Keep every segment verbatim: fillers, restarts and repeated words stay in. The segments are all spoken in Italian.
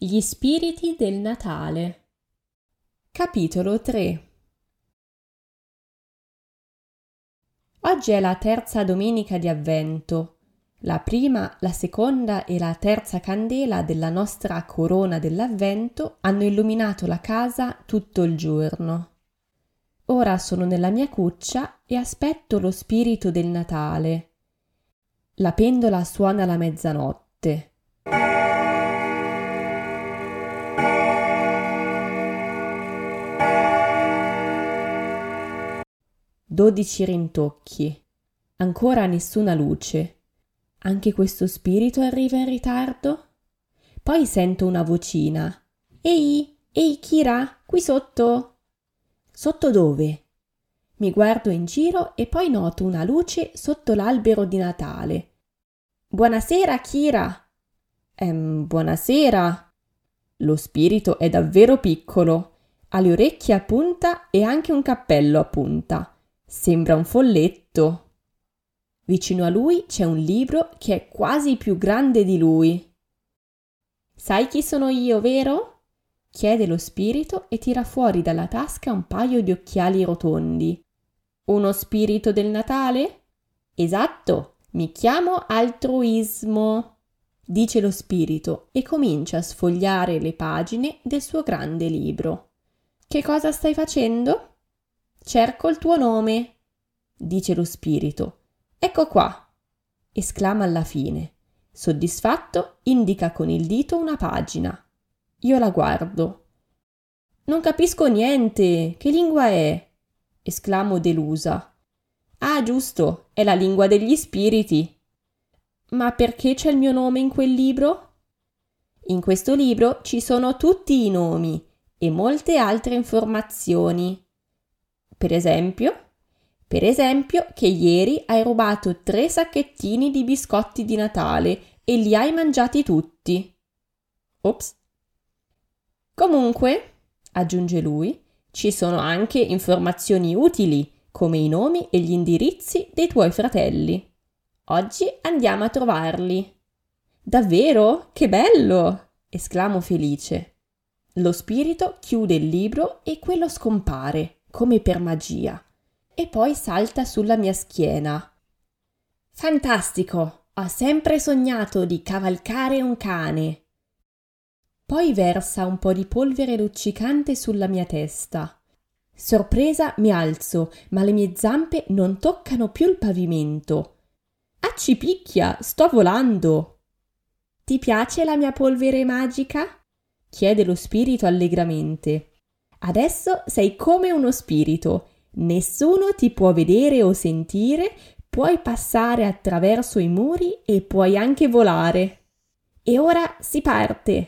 Gli spiriti del Natale. Capitolo tre. Oggi è la terza domenica di Avvento. La prima, la seconda e la terza candela della nostra corona dell'Avvento hanno illuminato la casa tutto il giorno. Ora sono nella mia cuccia e aspetto lo spirito del Natale. La pendola suona la mezzanotte. Dodici rintocchi. Ancora nessuna luce. Anche questo spirito arriva in ritardo? Poi sento una vocina. Ehi, ehi Kira, qui sotto. Sotto dove? Mi guardo in giro e poi noto una luce sotto l'albero di Natale. Buonasera Kira. Ehm, buonasera. Lo spirito è davvero piccolo. Ha le orecchie a punta e anche un cappello a punta. Sembra un folletto. Vicino a lui c'è un libro che è quasi più grande di lui. Sai chi sono io, vero? Chiede lo spirito e tira fuori dalla tasca un paio di occhiali rotondi. Uno spirito del Natale? Esatto, mi chiamo Altruismo, dice lo spirito e comincia a sfogliare le pagine del suo grande libro. Che cosa stai facendo? Cerco il tuo nome, dice lo spirito. Ecco qua, esclama alla fine. Soddisfatto, indica con il dito una pagina. Io la guardo. Non capisco niente, che lingua è? Esclamo delusa. Ah, giusto, è la lingua degli spiriti. Ma perché c'è il mio nome in quel libro? In questo libro ci sono tutti i nomi e molte altre informazioni. Per esempio, per esempio che ieri hai rubato tre sacchettini di biscotti di Natale e li hai mangiati tutti. Ops. Comunque, aggiunge lui, ci sono anche informazioni utili, come i nomi e gli indirizzi dei tuoi fratelli. Oggi andiamo a trovarli. Davvero? Che bello! Esclamo felice. Lo spirito chiude il libro e quello scompare, come per magia, e poi salta sulla mia schiena. Fantastico! Ho sempre sognato di cavalcare un cane. Poi versa un po' di polvere luccicante sulla mia testa. Sorpresa mi alzo, ma le mie zampe non toccano più il pavimento. Accipicchia, sto volando! Ti piace la mia polvere magica? Chiede lo spirito allegramente. Adesso sei come uno spirito. Nessuno ti può vedere o sentire, puoi passare attraverso i muri e puoi anche volare. E ora si parte!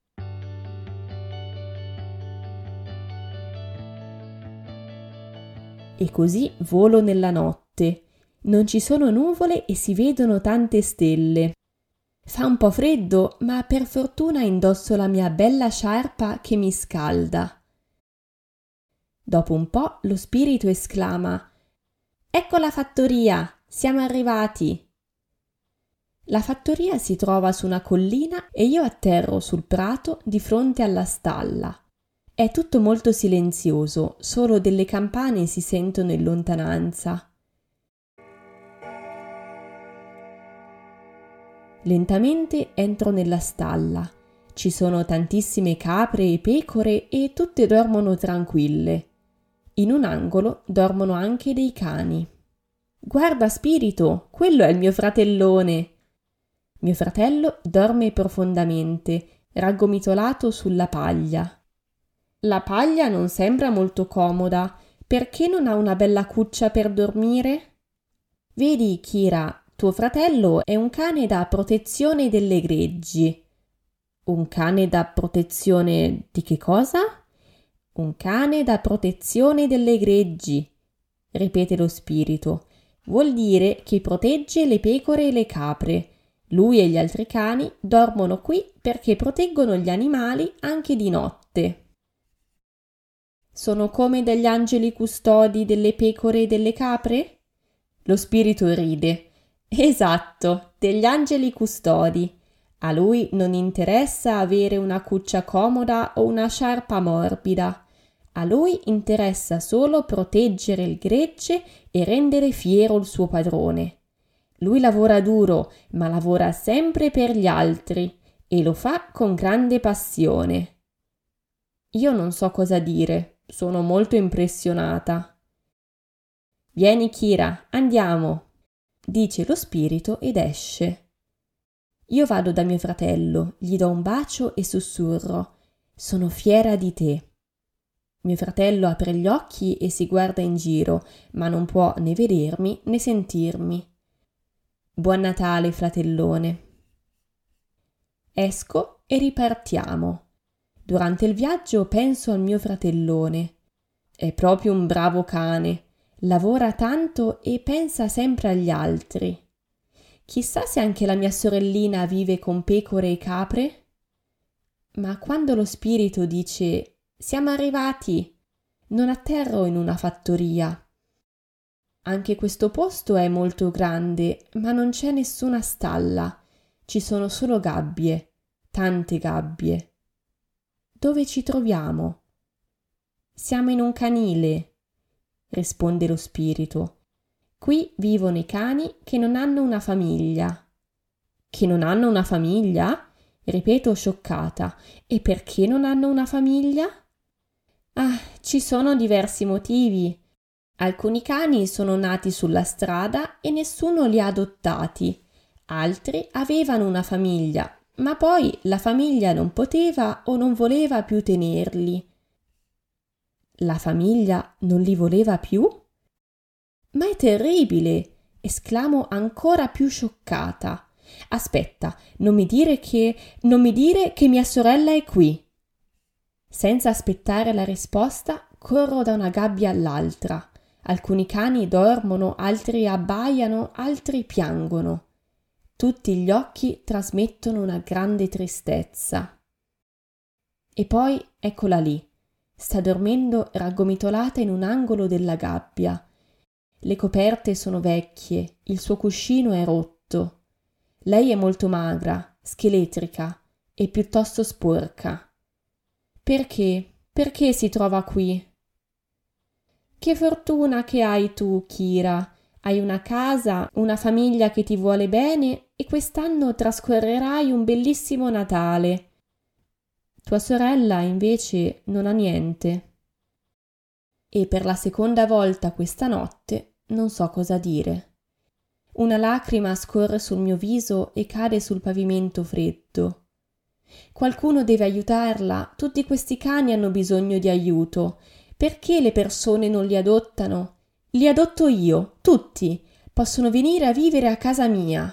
E così volo nella notte. Non ci sono nuvole e si vedono tante stelle. Fa un po' freddo, ma per fortuna indosso la mia bella sciarpa che mi scalda. Dopo un po' lo spirito esclama: Ecco la fattoria, siamo arrivati. La fattoria si trova su una collina e io atterro sul prato di fronte alla stalla. È tutto molto silenzioso, solo delle campane si sentono in lontananza. Lentamente entro nella stalla. Ci sono tantissime capre e pecore e tutte dormono tranquille. In un angolo dormono anche dei cani. Guarda, spirito, quello è il mio fratellone. Mio fratello dorme profondamente, raggomitolato sulla paglia. La paglia non sembra molto comoda. Perché non ha una bella cuccia per dormire? Vedi, Kira, tuo fratello è un cane da protezione delle greggi. Un cane da protezione di che cosa? Un cane da protezione delle greggi, ripete lo spirito. Vuol dire che protegge le pecore e le capre. Lui e gli altri cani dormono qui perché proteggono gli animali anche di notte. Sono come degli angeli custodi delle pecore e delle capre? Lo spirito ride. Esatto, degli angeli custodi. A lui non interessa avere una cuccia comoda o una sciarpa morbida. A lui interessa solo proteggere il gregge e rendere fiero il suo padrone. Lui lavora duro, ma lavora sempre per gli altri e lo fa con grande passione. Io non so cosa dire, sono molto impressionata. Vieni, Kira, andiamo, dice lo spirito ed esce. Io vado da mio fratello, gli do un bacio e sussurro: sono fiera di te. Mio fratello apre gli occhi e si guarda in giro, ma non può né vedermi né sentirmi. Buon Natale, fratellone. Esco e ripartiamo. Durante il viaggio penso al mio fratellone. È proprio un bravo cane, lavora tanto e pensa sempre agli altri. Chissà se anche la mia sorellina vive con pecore e capre? Ma quando lo spirito dice «Siamo arrivati», non atterro in una fattoria. Anche questo posto è molto grande, ma non c'è nessuna stalla. Ci sono solo gabbie, tante gabbie. Dove ci troviamo? Siamo in un canile, risponde lo spirito. Qui vivono i cani che non hanno una famiglia. Che non hanno una famiglia? Ripeto scioccata. E perché non hanno una famiglia? Ah, ci sono diversi motivi. Alcuni cani sono nati sulla strada e nessuno li ha adottati. Altri avevano una famiglia, ma poi la famiglia non poteva o non voleva più tenerli. La famiglia non li voleva più? Ma è terribile! Esclamo ancora più scioccata. Aspetta, non mi dire che... non mi dire che mia sorella è qui. Senza aspettare la risposta, corro da una gabbia all'altra. Alcuni cani dormono, altri abbaiano, altri piangono. Tutti gli occhi trasmettono una grande tristezza. E poi eccola lì. Sta dormendo raggomitolata in un angolo della gabbia. Le coperte sono vecchie, il suo cuscino è rotto. Lei è molto magra, scheletrica e piuttosto sporca. Perché? Perché si trova qui? Che fortuna che hai tu, Kira. Hai una casa, una famiglia che ti vuole bene e quest'anno trascorrerai un bellissimo Natale. Tua sorella, invece, non ha niente. E per la seconda volta questa notte non so cosa dire. Una lacrima scorre sul mio viso e cade sul pavimento freddo. Qualcuno deve aiutarla, tutti questi cani hanno bisogno di aiuto. Perché le persone non li adottano? Li adotto io, tutti. Possono venire a vivere a casa mia.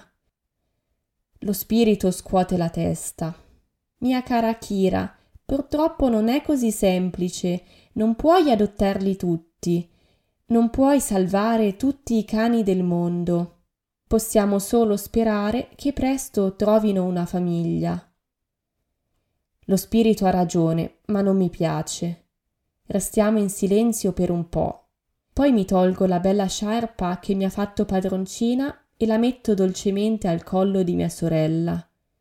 Lo spirito scuote la testa. Mia cara Kira, purtroppo non è così semplice. Non puoi adottarli tutti. Non puoi salvare tutti i cani del mondo. Possiamo solo sperare che presto trovino una famiglia. Lo spirito ha ragione, ma non mi piace. Restiamo in silenzio per un po'. Poi mi tolgo la bella sciarpa che mi ha fatto padroncina e la metto dolcemente al collo di mia sorella.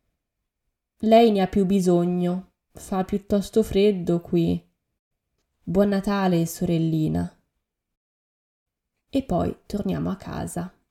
Lei ne ha più bisogno. Fa piuttosto freddo qui. Buon Natale, sorellina. E poi torniamo a casa.